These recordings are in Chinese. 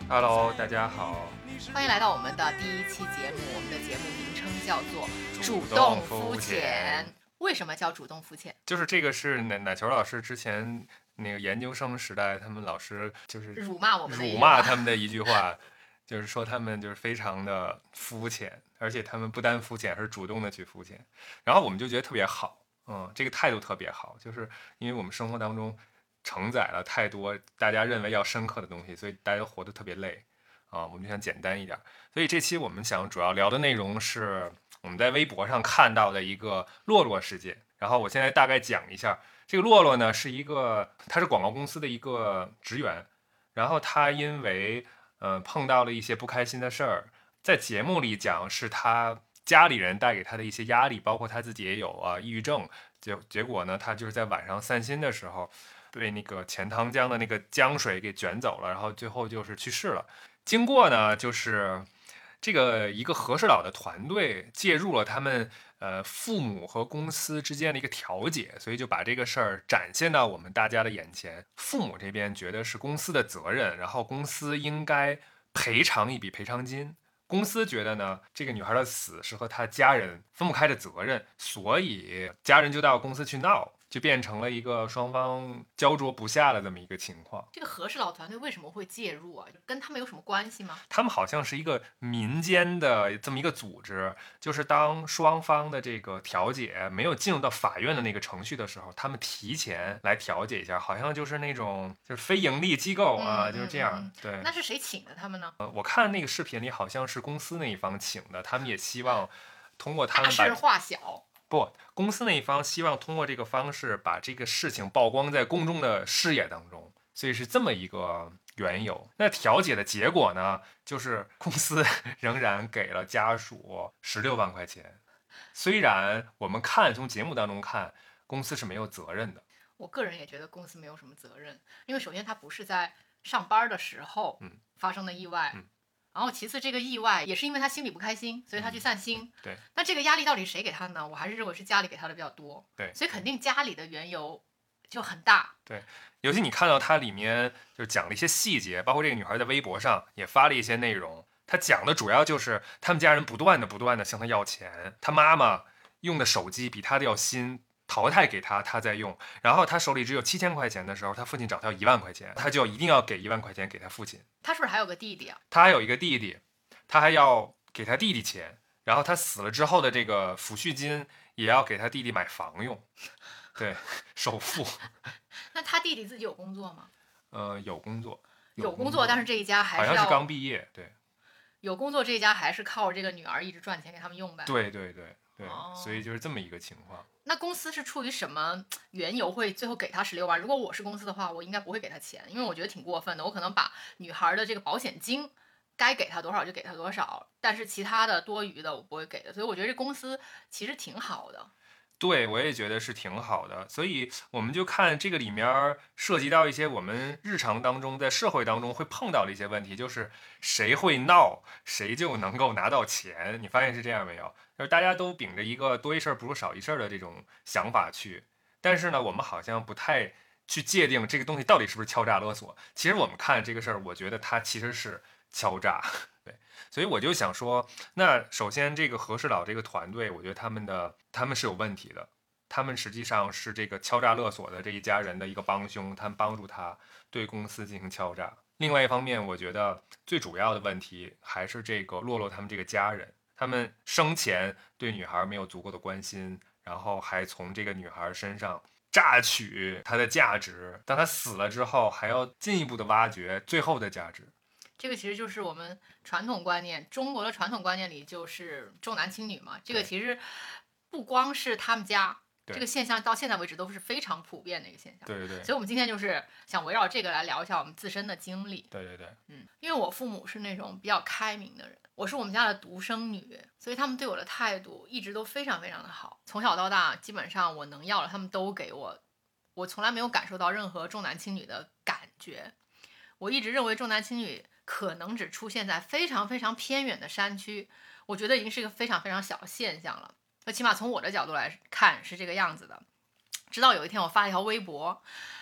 Hello，大家好， 欢迎来到我们的第一期节目。我们的节目名称叫做《 主动动肤肤浅》。 浅为什么叫主动肤浅？ 就是这个是奶球老师之前那个研究生时代，他们老师就是辱骂我们的一句辱话骂他们的一句话，就是说他们就是非常的肤浅，而且他们不单肤浅，而是主动的去肤浅。然后我们就觉得特别好，这个态度特别好，就是因为我们生活当中承载了太多大家认为要深刻的东西，所以大家都活得特别累啊，我们就想简单一点。所以这期我们想主要聊的内容是我们在微博上看到的一个洛洛事件。然后我现在大概讲一下，这个洛洛呢他是广告公司的一个职员，然后他因为碰到了一些不开心的事儿，在节目里讲是他家里人带给他的一些压力，包括他自己也有抑郁症，结果呢，他就是在晚上散心的时候被那个钱塘江的那个江水给卷走了，然后最后就是去世了。经过呢，就是这个一个和事佬的团队介入了他们父母和公司之间的一个调解，所以就把这个事儿展现到我们大家的眼前。父母这边觉得是公司的责任，然后公司应该赔偿一笔赔偿金。公司觉得呢，这个女孩的死是和她家人分不开的责任，所以家人就到公司去闹，就变成了一个双方焦灼不下的这么一个情况。 这个和事佬团队为什么会介入啊？跟他们有什么关系吗？ 他们好像是一个民间的这么一个组织，就是当双方的这个调解没有进入到法院的那个程序的时候，他们提前来调解一下，好像就是那种就是非盈利机构啊，就是这样。对， 那是谁请的他们呢？ 我看那个视频里好像是公司那一方请的，他们也希望通过他们大事化小。 不，公司那一方希望通过这个方式把这个事情曝光在公众的视野当中，所以是这么一个缘由。那调解的结果呢，就是公司仍然给了家属16万块钱。虽然我们从节目当中看，公司是没有责任的。 我个人也觉得公司没有什么责任，因为首先他不是在上班的时候发生的意外。然后其次，这个意外也是因为他心里不开心，所以他去散心。 对。 那这个压力到底谁给他呢？我还是认为是家里给他的比较多。 对。 所以肯定家里的缘由就很大。 对。尤其你看到它里面就讲了一些细节，包括这个女孩在微博上也发了一些内容。她讲的主要就是他们家人不断的向她要钱，她妈妈用的手机比她的要新，淘汰给他，他在用。然后他手里只有7000块钱的时候，他父亲找他要1万块钱，他就一定要给1万块钱给他父亲。 他是不是还有个弟弟啊？ 他还有一个弟弟，他还要给他弟弟钱。然后他死了之后的这个抚恤金也要给他弟弟买房用，对，首付。 那他弟弟自己有工作吗？ 有工作， 但是这一家还是好像是刚毕业，对。 有工作，这一家还是靠这个女儿一直赚钱给他们用呗。 对，所以就是这么一个情况。 那公司是出于什么缘由会最后给他16万？如果我是公司的话，我应该不会给他钱，因为我觉得挺过分的。我可能把女孩的这个保险金该给他多少就给他多少，但是其他的多余的我不会给的。所以我觉得这公司其实挺好的。 对，我也觉得是挺好的。所以我们就看这个里面涉及到一些我们日常当中在社会当中会碰到的一些问题，就是谁会闹，谁就能够拿到钱。你发现是这样没有？就是大家都秉着一个多一事不如少一事的这种想法去，但是呢，我们好像不太去界定这个东西到底是不是敲诈勒索。其实我们看这个事儿，我觉得它其实是敲诈。对，所以我就想说，那首先这个和事佬这个团队，我觉得他们是有问题的，他们实际上是这个敲诈勒索的这一家人的一个帮凶，他们帮助他对公司进行敲诈。另外一方面，我觉得最主要的问题还是这个洛洛他们这个家人，他们生前对女孩没有足够的关心，然后还从这个女孩身上榨取她的价值，当她死了之后，还要进一步的挖掘最后的价值。 这个其实就是我们传统观念，中国的传统观念里就是重男轻女嘛。这个其实不光是他们家，这个现象到现在为止都是非常普遍的一个现象。 对。 所以我们今天就是想围绕这个来聊一下我们自身的经历。 对。 因为我父母是那种比较开明的人，我是我们家的独生女，所以他们对我的态度一直都非常非常的好。从小到大，基本上我能要的他们都给我，我从来没有感受到任何重男轻女的感觉。我一直认为重男轻女可能只出现在非常非常偏远的山区，我觉得已经是一个非常非常小的现象了。那起码从我的角度来看是这个样子的。直到有一天我发了一条微博，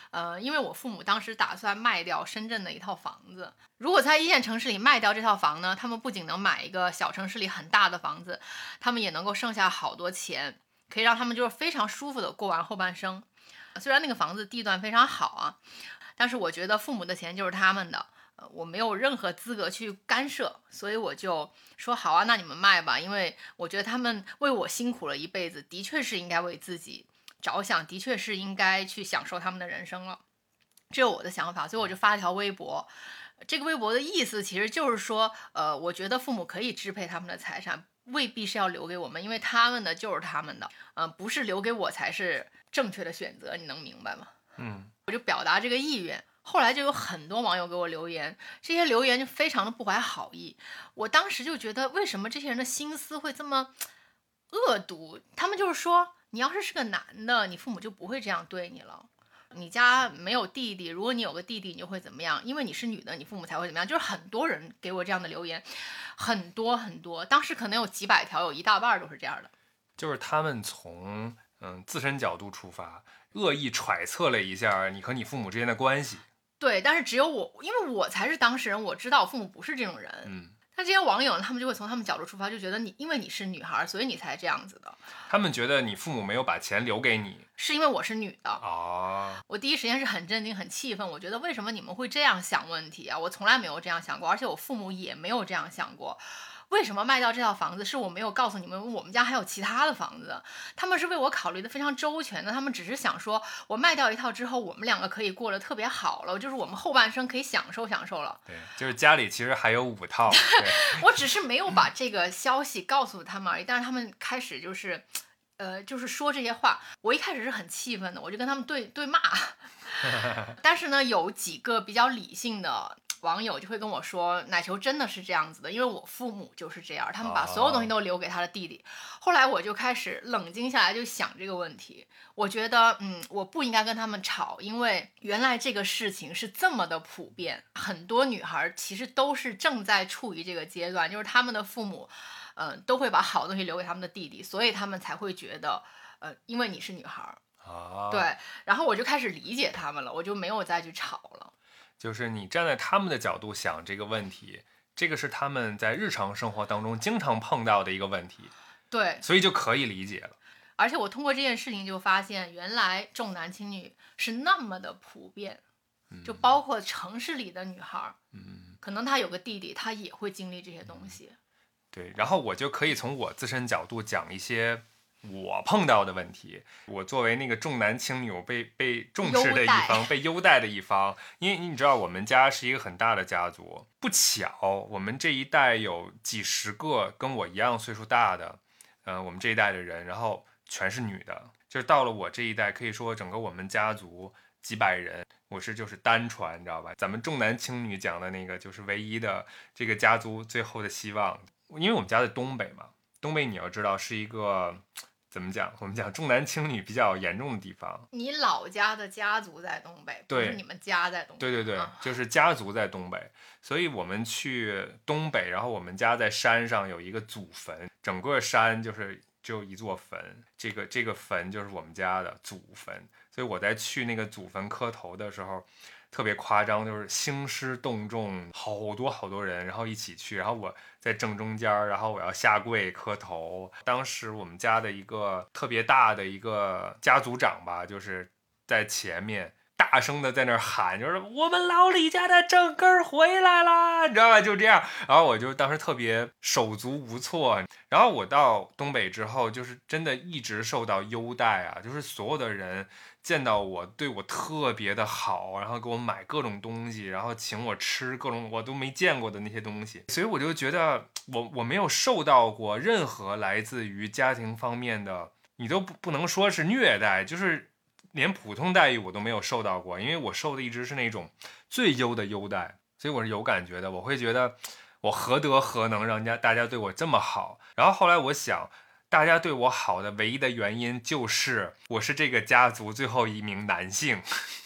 因为我父母当时打算卖掉深圳的一套房子，如果在一线城市里卖掉这套房呢，他们不仅能买一个小城市里很大的房子，他们也能够剩下好多钱，可以让他们就是非常舒服的过完后半生。虽然那个房子地段非常好啊，但是我觉得父母的钱就是他们的，我没有任何资格去干涉，所以我就说好啊，那你们卖吧，因为我觉得他们为我辛苦了一辈子，的确是应该为自己着想，的确是应该去享受他们的人生了，这是我的想法，所以我就发了条微博。这个微博的意思其实就是说，我觉得父母可以支配他们的财产，未必是要留给我们，因为他们的就是他们的，不是留给我才是正确的选择，你能明白吗？我就表达这个意愿。后来就有很多网友给我留言，这些留言就非常的不怀好意。我当时就觉得，为什么这些人的心思会这么恶毒？他们就是说，你要是个男的，你父母就不会这样对你了。你家没有弟弟，如果你有个弟弟，你就会怎么样？因为你是女的，你父母才会怎么样？就是很多人给我这样的留言，很多很多，当时可能有几百条，有一大半都是这样的。 就是他们从自身角度出发，恶意揣测了一下你和你父母之间的关系。 对，但是只有我，因为我才是当事人，我知道我父母不是这种人。但这些网友他们就会从他们角度出发，就觉得你因为你是女孩，所以你才这样子的。 他们觉得你父母没有把钱留给你， 是因为我是女的。 哦， 我第一时间是很震惊、很气愤，我觉得为什么你们会这样想问题啊？我从来没有这样想过，而且我父母也没有这样想过。为什么卖掉这套房子是我没有告诉你们，我们家还有其他的房子，他们是为我考虑的非常周全的，他们只是想说我卖掉一套之后，我们两个可以过得特别好了，就是我们后半生可以享受享受了。 对，就是家里其实还有5套。 我只是没有把这个消息告诉他们而已，但是他们开始就是说这些话，我一开始是很气愤的，我就跟他们对骂。但是呢，有几个比较理性的网友就会跟我说，奶球真的是这样子的，因为我父母就是这样，他们把所有东西都留给他的弟弟。后来我就开始冷静下来，就想这个问题。我觉得，我不应该跟他们吵，因为原来这个事情是这么的普遍，很多女孩其实都是正在处于这个阶段，就是他们的父母，都会把好东西留给他们的弟弟，所以他们才会觉得，因为你是女孩。对，然后我就开始理解他们了，我就没有再去吵了。 就是你站在他们的角度想这个问题，这个是他们在日常生活当中经常碰到的一个问题， 对， 所以就可以理解了。 而且我通过这件事情就发现，原来重男轻女是那么的普遍，就包括城市里的女孩，可能她有个弟弟，她也会经历这些东西。 对，然后我就可以从我自身角度讲一些我碰到的问题。我作为那个重男轻女被重视的一方，被优待的一方，因为你知道我们家是一个很大的家族，不巧我们这一代有几十个跟我一样岁数大的，我们这一代的人，然后全是女的，就是到了我这一代，可以说整个我们家族几百人，我就是单传，你知道吧？咱们重男轻女讲的那个就是唯一的这个家族最后的希望。因为我们家在东北嘛，东北你要知道是一个怎么讲，我们讲重男轻女比较严重的地方。 你老家的家族在东北，不是你们家在东北。 对，就是家族在东北，所以我们去东北，然后我们家在山上有一个祖坟，整个山就是只有一座坟，这个坟就是我们家的祖坟，所以我在去那个祖坟磕头的时候特别夸张，就是兴师动众，好多人，然后一起去，然后我在正中间，然后我要下跪磕头。当时我们家的一个特别大的一个家族长吧，就是在前面大声的在那儿喊，就是我们老李家的正根回来啦，你知道吧？就这样，然后我就当时特别手足无措。然后我到东北之后，就是真的一直受到优待啊，就是所有的人见到我对我特别的好，然后给我买各种东西，然后请我吃各种我都没见过的那些东西，所以我就觉得我没有受到过任何来自于家庭方面的，你都不能说是虐待，就是连普通待遇我都没有受到过，因为我受的一直是那种最优的优待，所以我是有感觉的，我会觉得我何德何能让大家对我这么好。然后后来我想，大家对我好的唯一的原因就是我是这个家族最后一名男性。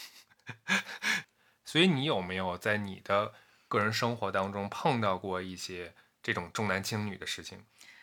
所以你有没有在你的个人生活当中碰到过一些这种重男轻女的事情？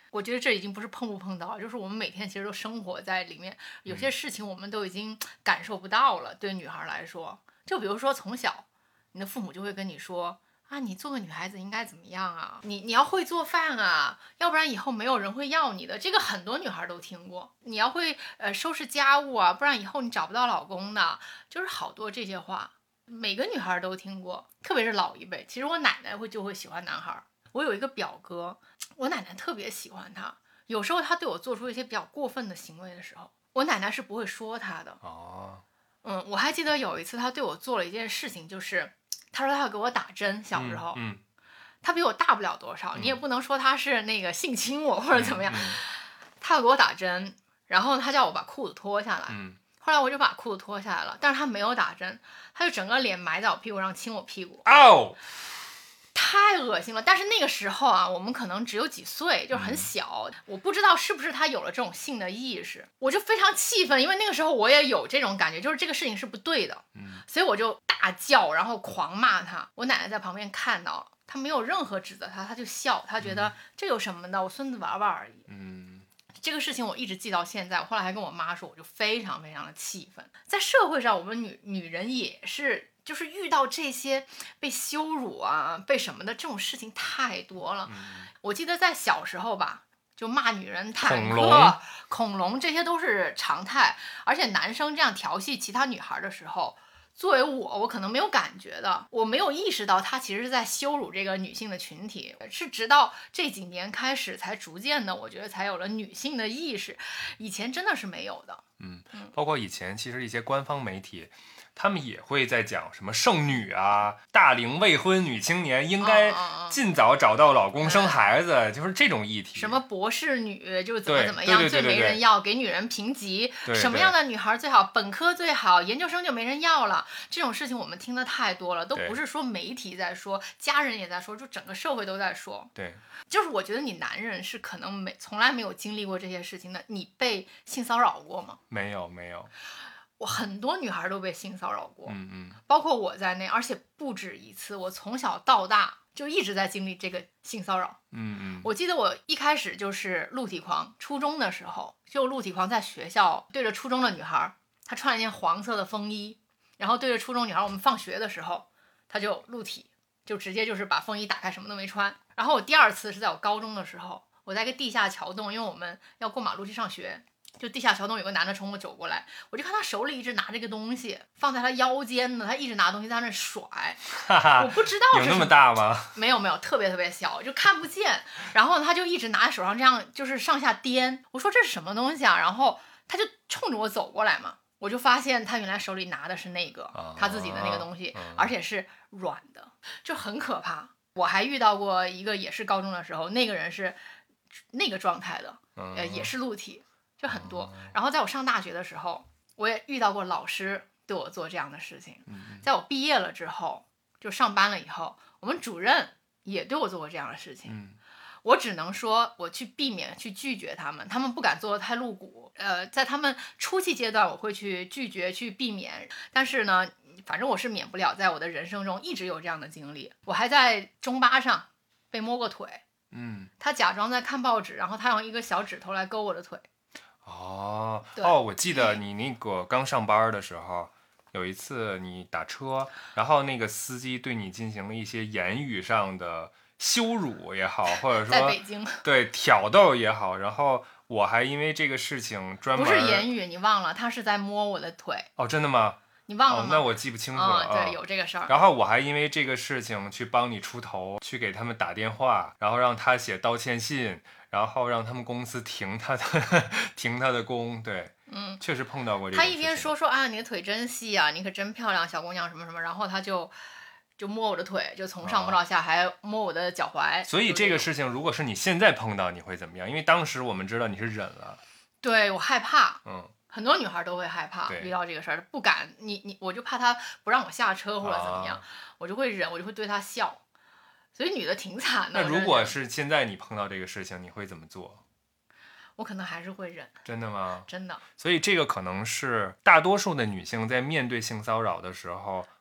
我觉得这已经不是碰不碰到，就是我们每天其实都生活在里面，有些事情我们都已经感受不到了。对女孩来说，就比如说从小，你的父母就会跟你说啊，你做个女孩子应该怎么样啊？你要会做饭啊，要不然以后没有人会要你的。这个很多女孩都听过。你要会收拾家务啊，不然以后你找不到老公的。就是好多这些话，每个女孩都听过，特别是老一辈。其实我奶奶就会喜欢男孩。我有一个表哥，我奶奶特别喜欢他。有时候他对我做出一些比较过分的行为的时候，我奶奶是不会说他的。 哦， 我还记得有一次他对我做了一件事情，就是他说他要给我打针。小时候，他比我大不了多少，你也不能说他是那个性侵我或者怎么样。他要给我打针，然后他叫我把裤子脱下来。后来我就把裤子脱下来了，但是他没有打针，他就整个脸埋在我屁股上亲我屁股。 哦， 太恶心了。但是那个时候啊，我们可能只有几岁，就是很小，我不知道是不是他有了这种性的意识，我就非常气愤，因为那个时候我也有这种感觉，就是这个事情是不对的。所以我就大叫，然后狂骂他。我奶奶在旁边看到，她没有任何指责他，她就笑，她觉得这有什么的，我孙子玩玩而已。这个事情我一直记到现在，我后来还跟我妈说，我就非常非常的气愤。在社会上，我们女人也是，就是遇到这些被羞辱啊、被什么的这种事情太多了。我记得在小时候吧，就骂女人坦克、恐龙，这些都是常态。而且男生这样调戏其他女孩的时候，作为我可能没有感觉的，我没有意识到他其实是在羞辱这个女性的群体，是直到这几年开始才逐渐的，我觉得才有了女性的意识，以前真的是没有的。 包括以前其实一些官方媒体，他们也会在讲什么剩女啊，大龄未婚女青年应该尽早找到老公生孩子，就是这种议题。 什么博士女就怎么样，最没人要，给女人评级，什么样的女孩最好，本科最好，研究生就没人要了。这种事情我们听得太多了，都不是说媒体在说，家人也在说，就整个社会都在说。 对， 就是我觉得你男人是可能从来没有经历过这些事情的。你被性骚扰过吗？ 没有。 我很多女孩都被性骚扰过，包括我在内，而且不止一次。我从小到大就一直在经历这个性骚扰。我记得我一开始就是露体狂，初中的时候就露体狂，在学校对着初中的女孩，她穿了一件黄色的风衣，然后对着初中女孩，我们放学的时候，她就露体，就直接就是把风衣打开，什么都没穿。然后我第二次是在我高中的时候，我在一个地下桥洞，因为我们要过马路去上学。就地下桥洞有个男的冲我走过来，我就看他手里一直拿这个东西放在他腰间呢，他一直拿东西在那甩。我不知道有那么大吗？ 没有，特别特别小，就看不见。然后他就一直拿在手上这样就是上下颠。我说这是什么东西啊？然后他就冲着我走过来嘛，我就发现他原来手里拿的是那个他自己的那个东西，而且是软的，就很可怕。我还遇到过一个也是高中的时候，那个人是那个状态的，也是露体。就很多。然后在我上大学的时候，我也遇到过老师对我做这样的事情。在我毕业了之后，就上班了以后，我们主任也对我做过这样的事情。我只能说我去避免去拒绝他们，他们不敢做得太露骨。在他们初期阶段我会去拒绝去避免，但是呢反正我是免不了在我的人生中一直有这样的经历。我还在中巴上被摸过腿。他假装在看报纸，然后他用一个小指头来勾我的腿。 我记得你那个刚上班的时候，有一次你打车，然后那个司机对你进行了一些言语上的羞辱也好，或者说在北京对挑逗也好，然后我还因为这个事情专门不是言语，你忘了，他是在摸我的腿。 真的吗？ 你忘了吗？ 那我记不清楚了。 对，有这个事儿。 然后我还因为这个事情去帮你出头，去给他们打电话，然后让他写道歉信，然后让他们公司停他的工。对，确实碰到过这个。 他一边说啊，你的腿真细啊，你可真漂亮，小姑娘什么什么，然后他就摸我的腿，就从上摸到下，还摸我的脚踝。 所以这个事情，如果是你现在碰到，你会怎么样？因为当时我们知道你是忍了。 对，我害怕。很多女孩都会害怕遇到这个事儿，不敢。我就怕他不让我下车或者怎么样，我就会忍，我就会对他笑。所以女的挺惨的。 那如果是现在你碰到这个事情，你会怎么做？ 我可能还是会忍。 真的吗？ 真的。 所以这个可能是大多数的女性在面对性骚扰的时候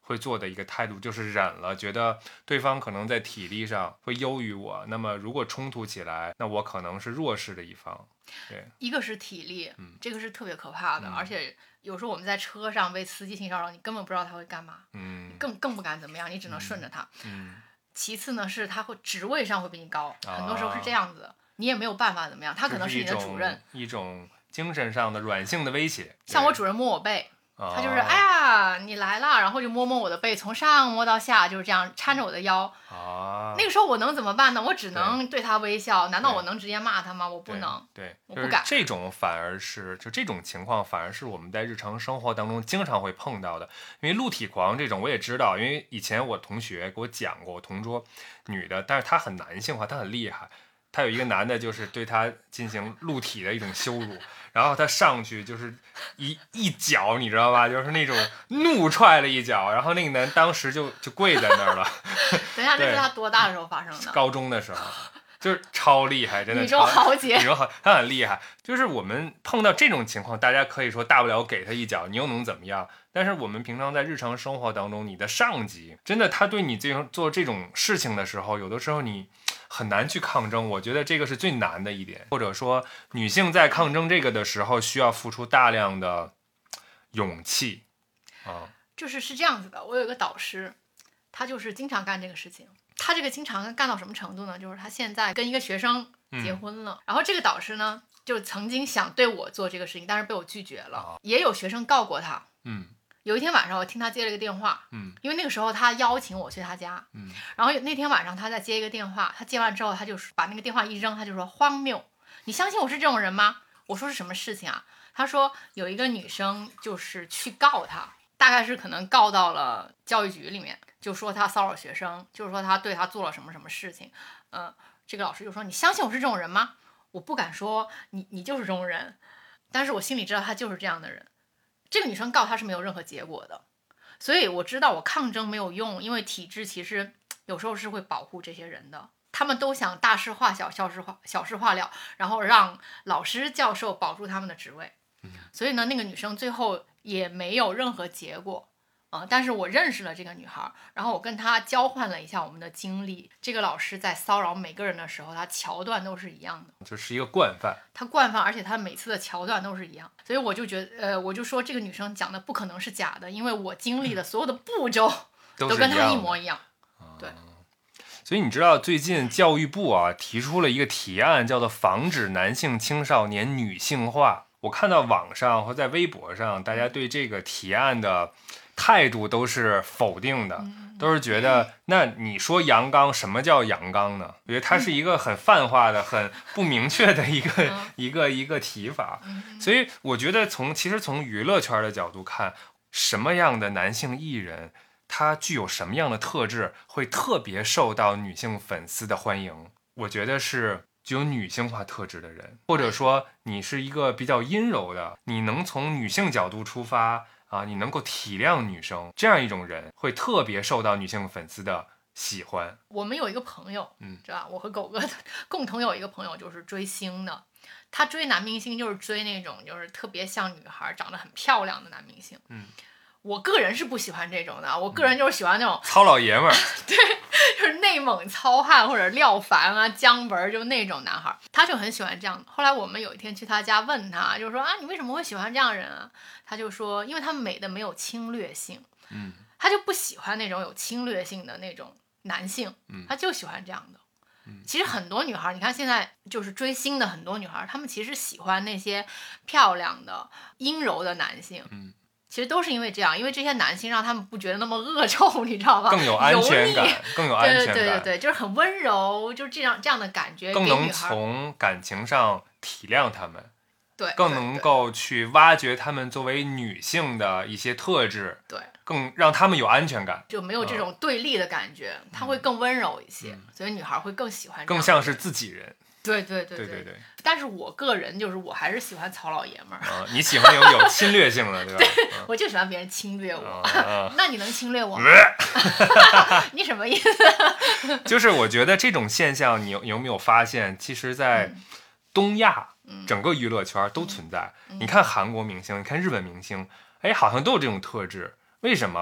会做的一个态度，就是忍了，觉得对方可能在体力上会优于我，那么如果冲突起来，那我可能是弱势的一方。对， 一个是体力，这个是特别可怕的，而且有时候我们在车上被司机性骚扰，你根本不知道他会干嘛，更不敢怎么样，你只能顺着他。其次呢，是他会职位上会比你高，很多时候是这样子，你也没有办法怎么样，他可能是你的主任， 一种精神上的软性的威胁。 像我主任摸我背。他就是哎呀你来了，然后就摸摸我的背，从上摸到下，就是这样搀着我的腰。那个时候我能怎么办呢？我只能对他微笑。难道我能直接骂他吗？我不能。 对， 我不敢。 这种反而是就这种情况，反而是我们在日常生活当中经常会碰到的。因为露体狂这种我也知道，因为以前我同学给我讲过，我同桌女的，但是她很男性化，她很厉害。她有一个男的，就是对她进行露体的一种羞辱。然后他上去就是一脚，你知道吧？就是那种怒踹了一脚，然后那个男当时就跪在那儿了。 等一下，这是他多大的时候发生的？ 高中的时候，就是超厉害，真的。 女中豪杰， 女中豪，他很厉害。就是我们碰到这种情况，大家可以说大不了给他一脚，你又能怎么样？但是我们平常在日常生活当中，你的上级真的他对你做这种事情的时候，有的时候你很难去抗争，我觉得这个是最难的一点。或者说女性在抗争这个的时候需要付出大量的勇气就是这样子的。我有一个导师，他就是经常干这个事情。他这个经常干到什么程度呢？就是他现在跟一个学生结婚了，然后这个导师呢就曾经想对我做这个事情，但是被我拒绝了。也有学生告过他。有一天晚上我听他接了一个电话，因为那个时候他邀请我去他家，然后那天晚上他在接一个电话，他接完之后他就把那个电话一扔，他就说荒谬，你相信我是这种人吗？我说是什么事情啊？他说有一个女生就是去告他，大概是可能告到了教育局里面，就说他骚扰学生，就是说他对他做了什么什么事情。这个老师就说你相信我是这种人吗？我不敢说你就是这种人，但是我心里知道他就是这样的人。这个女生告他是没有任何结果的，所以我知道我抗争没有用，因为体制其实有时候是会保护这些人的，他们都想大事化小，小事化了，然后让老师教授保住他们的职位。所以呢，那个女生最后也没有任何结果。但是我认识了这个女孩，然后我跟她交换了一下我们的经历。这个老师在骚扰每个人的时候，他桥段都是一样的， 就是一个惯犯。 他惯犯，而且他每次的桥段都是一样，所以我就觉得，我就说这个女生讲的不可能是假的，因为我经历的所有的步骤都跟她一模一样。对。 所以你知道最近教育部提出了一个提案，叫做防止男性青少年女性化。我看到网上和在微博上，大家对这个提案的态度都是否定的，都是觉得那你说阳刚，什么叫阳刚呢？我觉得它是一个很泛化的、很不明确的一个提法。所以我觉得其实从娱乐圈的角度看，什么样的男性艺人，他具有什么样的特质，会特别受到女性粉丝的欢迎？我觉得是具有女性化特质的人，或者说你是一个比较阴柔的，你能从女性角度出发你能够体谅女生，这样一种人会特别受到女性粉丝的喜欢。 我们有一个朋友，对吧？我和狗哥共同有一个朋友就是追星的，他追男明星就是追那种就是特别像女孩、长得很漂亮的男明星。我个人是不喜欢这种的，我个人就是喜欢那种糙老爷们儿， 对，就是内蒙糙汉或者廖凡姜文就那种男孩，他就很喜欢这样的。后来我们有一天去他家问他，就说你为什么会喜欢这样的人啊？他就说因为他们美的没有侵略性，他就不喜欢那种有侵略性的那种男性，他就喜欢这样的。其实很多女孩，你看现在就是追星的很多女孩，她们其实喜欢那些漂亮的阴柔的男性。其实都是因为这样，因为这些男性让他们不觉得那么恶臭，你知道吧？ 更有安全感，更有安全感。 对，就是很温柔，就是这样的感觉， 更能从感情上体谅他们， 对， 更能够去挖掘他们作为女性的一些特质， 对， 更让他们有安全感， 就没有这种对立的感觉，他会更温柔一些，所以女孩会更喜欢， 更像是自己人。 对。但是我个人就是我还是喜欢糙老爷们儿。 你喜欢有侵略性的，对吧？ 对，我就喜欢别人侵略我。那你能侵略我吗？你什么意思？ 就是我觉得这种现象，你有没有发现，其实在东亚整个娱乐圈都存在。你看韩国明星，你看日本明星，好像都有这种特质。为什么？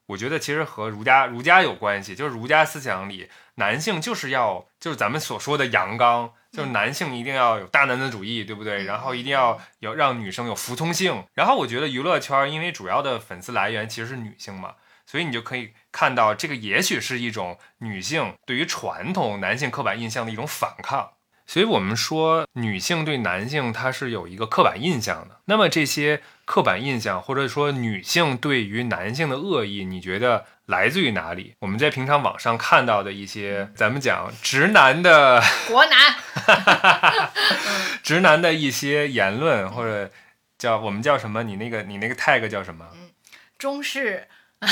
我觉得其实和儒家有关系，就是儒家思想里，男性就是咱们所说的阳刚，就是男性一定要有大男子主义，对不对？然后一定要让女生有服从性。然后我觉得娱乐圈因为主要的粉丝来源其实是女性嘛，所以你就可以看到这个也许是一种女性对于传统男性刻板印象的一种反抗。所以我们说女性对男性它是有一个刻板印象的，那么这些刻板印象或者说女性对于男性的恶意，你觉得来自于哪里？我们在平常网上看到的一些咱们讲直男的国男直男的一些言论，或者我们叫什么，你那个 tag 叫什么？ 中式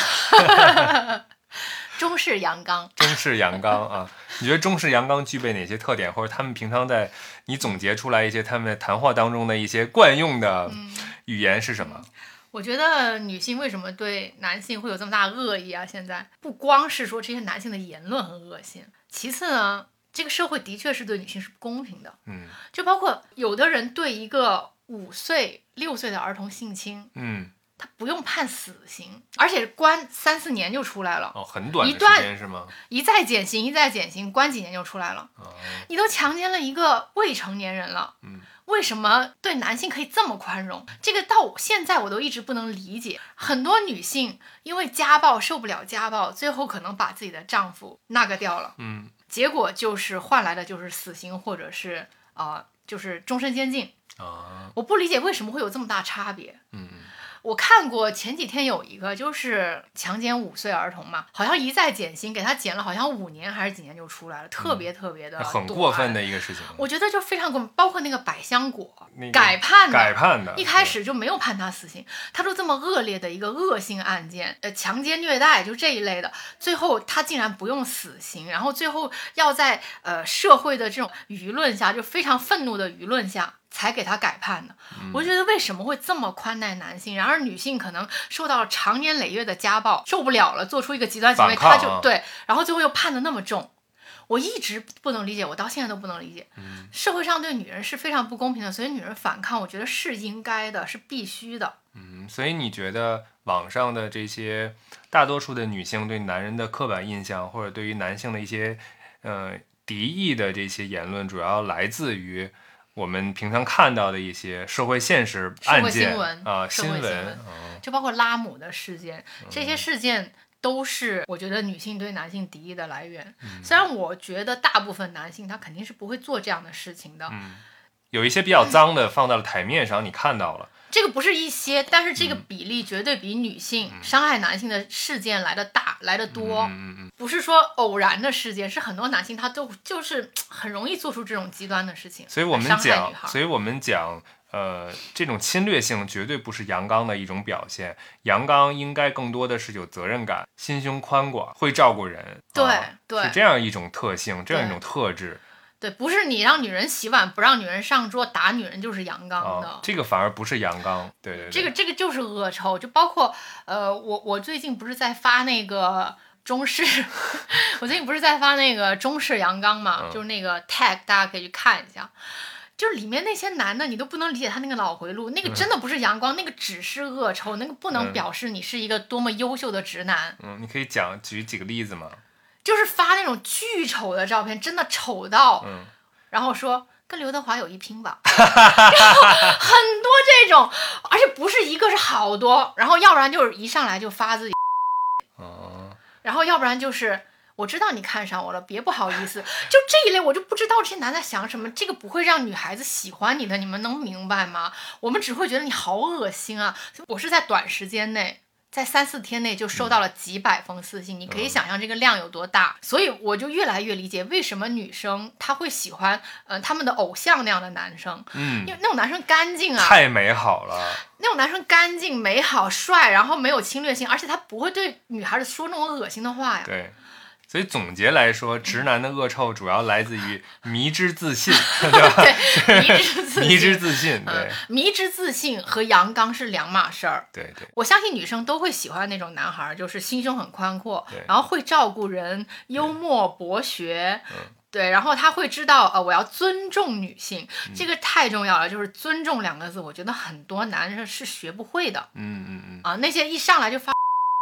中式阳刚， 中式阳刚啊！你觉得中式阳刚具备哪些特点，或者他们平常你总结出来一些他们谈话当中的一些惯用的语言是什么？ 我觉得女性为什么对男性会有这么大恶意啊？现在不光是说这些男性的言论很恶心，其次呢，这个社会的确是对女性是不公平的。就包括有的人对一个5岁、6岁的儿童性侵，他不用判死刑，而且关3、4年就出来了。 很短的时间是吗？ 一再减刑，关几年就出来了。你都强奸了一个未成年人了，为什么对男性可以这么宽容？这个到现在我都一直不能理解。很多女性因为家暴受不了家暴，最后可能把自己的丈夫那个掉了，结果就是换来的就是死刑，或者是就是终身监禁。我不理解为什么会有这么大差别。我看过前几天有一个就是强奸5岁儿童嘛，好像一再减刑，给他减了好像5年还是几年就出来了，特别特别的很过分的一个事情。 我觉得就非常过分，包括那个百香果、 改判的， 一开始就没有判他死刑，他说这么恶劣的一个恶性案件，强奸虐待就这一类的，最后他竟然不用死刑，然后最后要在社会的这种舆论下，就非常愤怒的舆论下才给他改判的。我觉得为什么会这么宽待男性，然而女性可能受到了长年累月的家暴，受不了了，做出一个极端行为，他就对，然后最后又判的那么重。我一直不能理解，我到现在都不能理解。社会上对女人是非常不公平的，所以女人反抗，我觉得是应该的，是必须的。 所以你觉得网上的这些大多数的女性对男人的刻板印象，或者对于男性的一些敌意的这些言论，主要来自于我们平常看到的一些社会现实案件新闻就包括拉姆的事件，这些事件都是我觉得女性对男性敌意的来源。虽然我觉得大部分男性他肯定是不会做这样的事情的， 有一些比较脏的放到了台面上，你看到了。 这个不是一些，但是这个比例绝对比女性伤害男性的事件来的大，来的多。不是说偶然的事件，是很多男性他都就是很容易做出这种极端的事情。 所以我们讲，这种侵略性绝对不是阳刚的一种表现。阳刚应该更多的是有责任感、心胸宽广、会照顾人。 对， 是这样一种特性，这样一种特质。 对，不是你让女人洗碗不让女人上桌打女人就是阳刚的， 这个反而不是阳刚。对， 这个就是恶臭。就包括我最近不是在发那个中式我最近不是在发那个中式阳刚嘛，就是那个 tag 大家可以去看一下。就是里面那些男的，你都不能理解他那个脑回路，那个真的不是阳光，那个只是恶臭，那个不能表示你是一个多么优秀的直男。 你可以举几个例子吗？ 就是发那种巨丑的照片，真的丑到，然后说跟刘德华有一拼吧，然后很多这种，而且不是一个是好多，然后要不然就是一上来就发自己，然后要不然就是我知道你看上我了，别不好意思，就这一类，我就不知道这些男的想什么，这个不会让女孩子喜欢你的，你们能明白吗？我们只会觉得你好恶心啊！我是在短时间内。在3、4天内就收到了几百封私信，你可以想象这个量有多大。所以我就越来越理解为什么女生她会喜欢他们的偶像那样的男生，因为那种男生干净啊， 太美好了。 那种男生干净、美好、帅，然后没有侵略性，而且他不会对女孩子说那种恶心的话呀。 对。所以总结来说，直男的恶臭主要来自于迷之自信，对吧？ 对， 迷之自信，对， 迷之自信和阳刚是两码事儿。 对， 我相信女生都会喜欢那种男孩，就是心胸很宽阔，然后会照顾人，幽默博学。对，然后他会知道我要尊重女性，这个太重要了。就是尊重2个字，我觉得很多男人是学不会的。那些一上来就发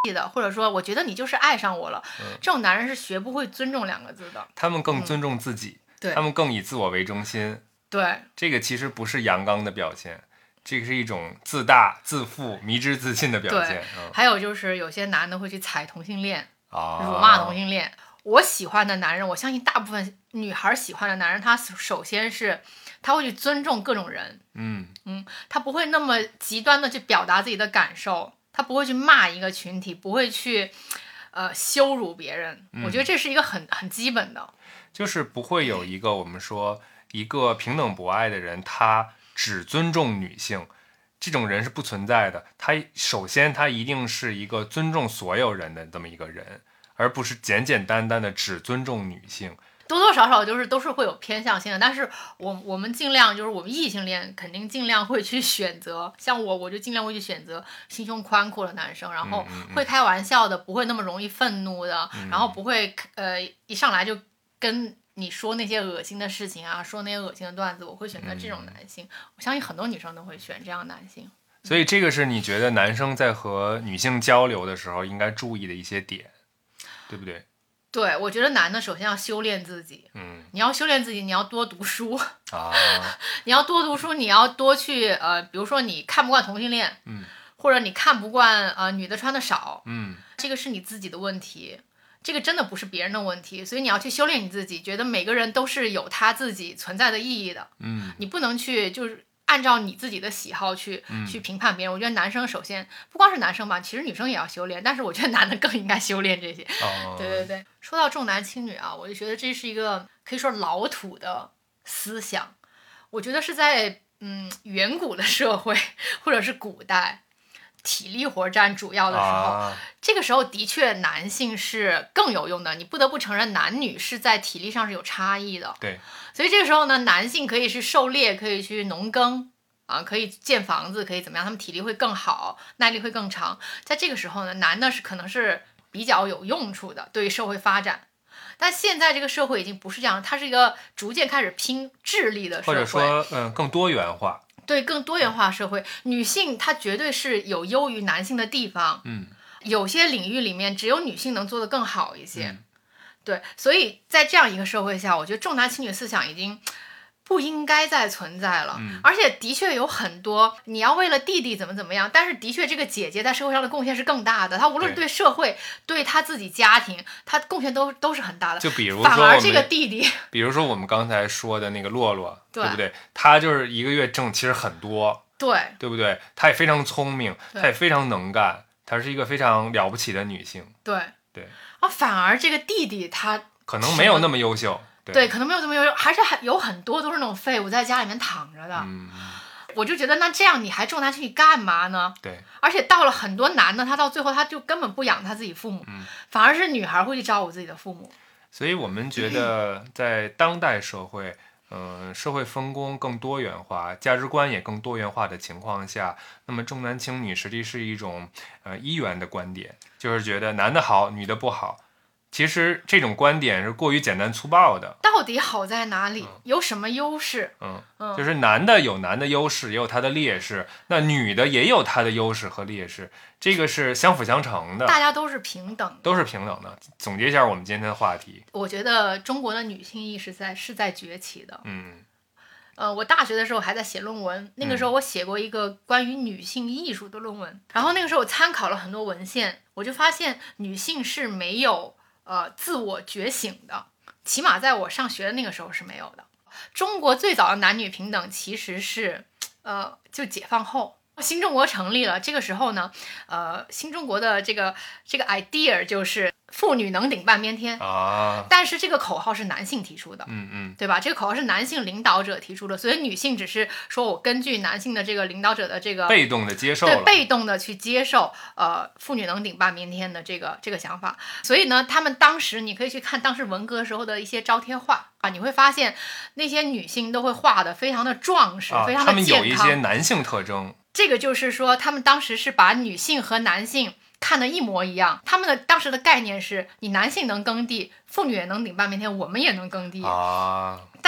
的，或者说我觉得你就是爱上我了，这种男人是学不会尊重2个字的。 他们更尊重自己， 对， 他们更以自我为中心。 对， 这个其实不是阳刚的表现，这个是一种自大、自负、迷之自信的表现。 还有就是有些男的会去踩同性恋， 辱骂同性恋。我喜欢的男人，我相信大部分女孩喜欢的男人，他首先是他会去尊重各种人，他不会那么极端的去表达自己的感受，他不会去骂一个群体，不会去羞辱别人。我觉得这是一个很基本的， 就是不会有一个我们说一个平等博爱的人，他只尊重女性，这种人是不存在的。首先他一定是一个尊重所有人的这么一个人，而不是简简单单的只尊重女性。 多多少少都是会有偏向性的，但是我们尽量就是我们异性恋肯定尽量会去选择，像我就尽量会去选择心胸宽阔的男生，然后会开玩笑的，不会那么容易愤怒的，然后不会一上来就跟你说那些恶心的事情啊，说那些恶心的段子，我会选择这种男性。我相信很多女生都会选这样的男性。 所以这个是你觉得男生在和女性交流的时候应该注意的一些点，对不对？ 对，我觉得男的首先要修炼自己，你要修炼自己，你要多读书你要多读书，你要多去比如说你看不惯同性恋，或者你看不惯女的穿的少，这个是你自己的问题，这个真的不是别人的问题，所以你要去修炼你自己，觉得每个人都是有他自己存在的意义的，你不能去就是按照你自己的喜好去评判别人。我觉得男生首先不光是男生吧，其实女生也要修炼，但是我觉得男的更应该修炼这些。对对对，说到重男轻女啊，我就觉得这是一个可以说老土的思想。我觉得是在远古的社会或者是古代，体力活占主要的时候，这个时候的确男性是更有用的。你不得不承认，男女是在体力上是有差异的。 对， 所以这个时候呢，男性可以去狩猎，可以去农耕可以建房子，可以怎么样？他们体力会更好，耐力会更长。在这个时候呢，男的可能是比较有用处的，对于社会发展。但现在这个社会已经不是这样，它是一个逐渐开始拼智力的社会， 或者说更多元化。对， 更多元化社会，女性她绝对是有优于男性的地方。有些领域里面只有女性能做得更好一些。对，所以在这样一个社会下，我觉得重男轻女思想已经不应该再存在了。而且的确有很多你要为了弟弟怎么样，但是的确这个姐姐在社会上的贡献是更大的，她无论是对社会对她自己家庭，她贡献都是很大的。 就比如说反而这个弟弟， 比如说我们刚才说的那个洛洛，对不对？他就是一个月挣其实很多，对不对？他也非常聪明，他也非常能干，她是一个非常了不起的女性。对反而这个弟弟他可能没有那么优秀。 对，可能没有这么优秀，还是有很多都是那种废物在家里面躺着的。我就觉得那这样你还重男轻女干嘛呢？对，而且到了很多男的，他到最后他就根本不养他自己父母，反而是女孩会去照顾自己的父母。 所以我们觉得在当代社会，社会分工更多元化，价值观也更多元化的情况下，那么重男轻女实际是一种一元的观点，就是觉得男的好，女的不好。其实这种观点是过于简单粗暴的。 到底好在哪里？有什么优势？ 就是男的有男的优势，也有他的劣势，那女的也有她的优势和劣势，这个是相辅相成的。 大家都是平等的， 都是平等的。总结一下我们今天的话题， 我觉得中国的女性意识是在崛起的。我大学的时候还在写论文，那个时候我写过一个关于女性艺术的论文，然后那个时候我参考了很多文献，我就发现女性是没有自我觉醒的，起码在我上学的那个时候是没有的。中国最早的男女平等其实是就解放后新中国成立了，这个时候呢新中国的这个 idea 就是妇女能顶半边天但是这个口号是男性提出的，对吧？这个口号是男性领导者提出的，所以女性只是说我根据男性的这个领导者的这个被动的接受了， 对，被动的去接受妇女能顶半边天的这个想法。所以呢，他们当时你可以去看当时文革时候的一些招贴画你会发现那些女性都会画的非常的壮实，非常的健康， 她们有一些男性特征。 这个就是说他们当时是把女性和男性看得一模一样，他们的当时的概念是你男性能耕地，妇女也能顶半边天，我们也能耕地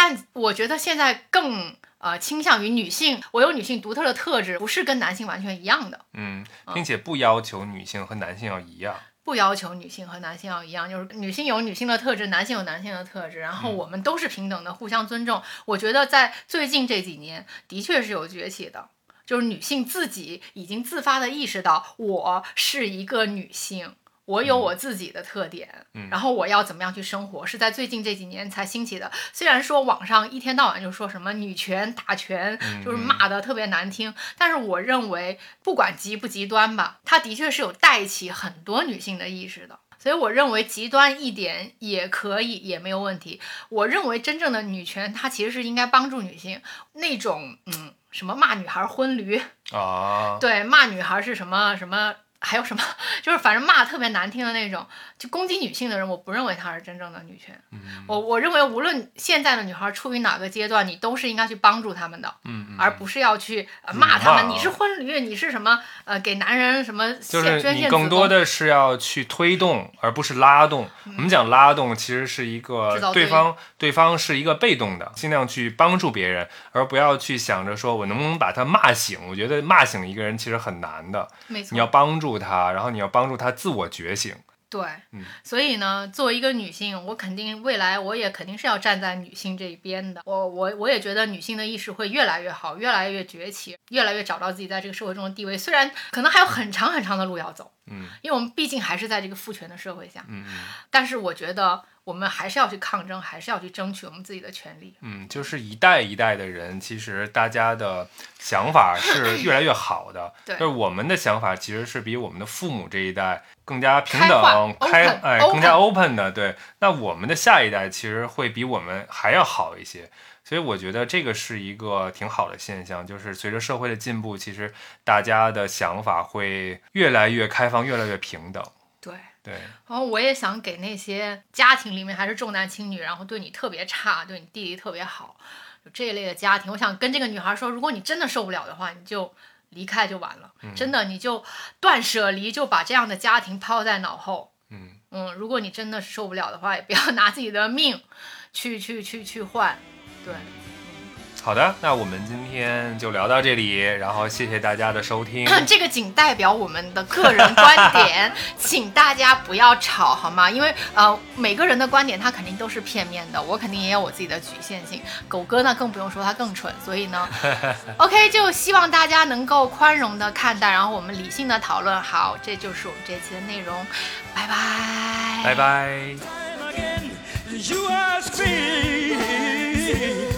但我觉得现在更倾向于女性，我有女性独特的特质，不是跟男性完全一样的。 并且不要求女性和男性要一样。 不要求女性和男性要一样，就是女性有女性的特质，男性有男性的特质，然后我们都是平等的，互相尊重。我觉得在最近这几年的确是有崛起的，就是女性自己已经自发的意识到我是一个女性，我有我自己的特点，然后我要怎么样去生活，是在最近这几年才兴起的。虽然说网上一天到晚就说什么女权打拳，就是骂的特别难听，但是我认为不管极不极端吧，它的确是有带起很多女性的意识的。所以我认为极端一点也可以，也没有问题。我认为真正的女权，它其实是应该帮助女性。那种什么骂女孩婚驴啊，对，骂女孩是什么什么。还有什么，就是反正骂特别难听的那种，就攻击女性的人，我不认为她是真正的女权。我认为无论现在的女孩处于哪个阶段，你都是应该去帮助她们的，而不是要去骂她们。你是婚驴，你是什么给男人什么就是你更多的是要去推动，而不是拉动。我们讲拉动，其实是一个对方是一个被动的，尽量去帮助别人，而不要去想着说我能不能把他骂醒。我觉得骂醒一个人其实很难的， 没错， 你要帮助他，然后你要帮助他自我觉醒。 对，所以呢，作为一个女性，我肯定未来我也肯定是要站在女性这一边的。我也觉得女性的意识会越来越好，越来越崛起，越来越找到自己在这个社会中的地位。虽然可能还有很长很长的路要走，因为我们毕竟还是在这个父权的社会下，但是我觉得我们还是要去抗争，还是要去争取我们自己的权利。 就是一代一代的人，其实大家的想法是越来越好的。 对， 就是我们的想法其实是比我们的父母这一代更加平等、更加 open 的。对，那我们的下一代其实会比我们还要好一些。所以我觉得这个是一个挺好的现象，就是随着社会的进步，其实大家的想法会越来越开放，越来越平等。对， 然后我也想给那些家庭里面还是重男轻女，然后对你特别差，对你弟弟特别好，有这一类的家庭，我想跟这个女孩说，如果你真的受不了的话，你就离开就完了，真的你就断舍离，就把这样的家庭抛在脑后。如果你真的是受不了的话，也不要拿自己的命去换。对。 好的，那我们今天就聊到这里，然后谢谢大家的收听。 这个仅代表我们的个人观点，请大家不要吵好吗？因为每个人的观点他肯定都是片面的，我肯定也有我自己的局限性。狗哥呢更不用说，他更蠢，所以呢，OK， 就希望大家能够宽容的看待，然后我们理性的讨论。好，这就是我们这期的内容，拜拜， 拜拜。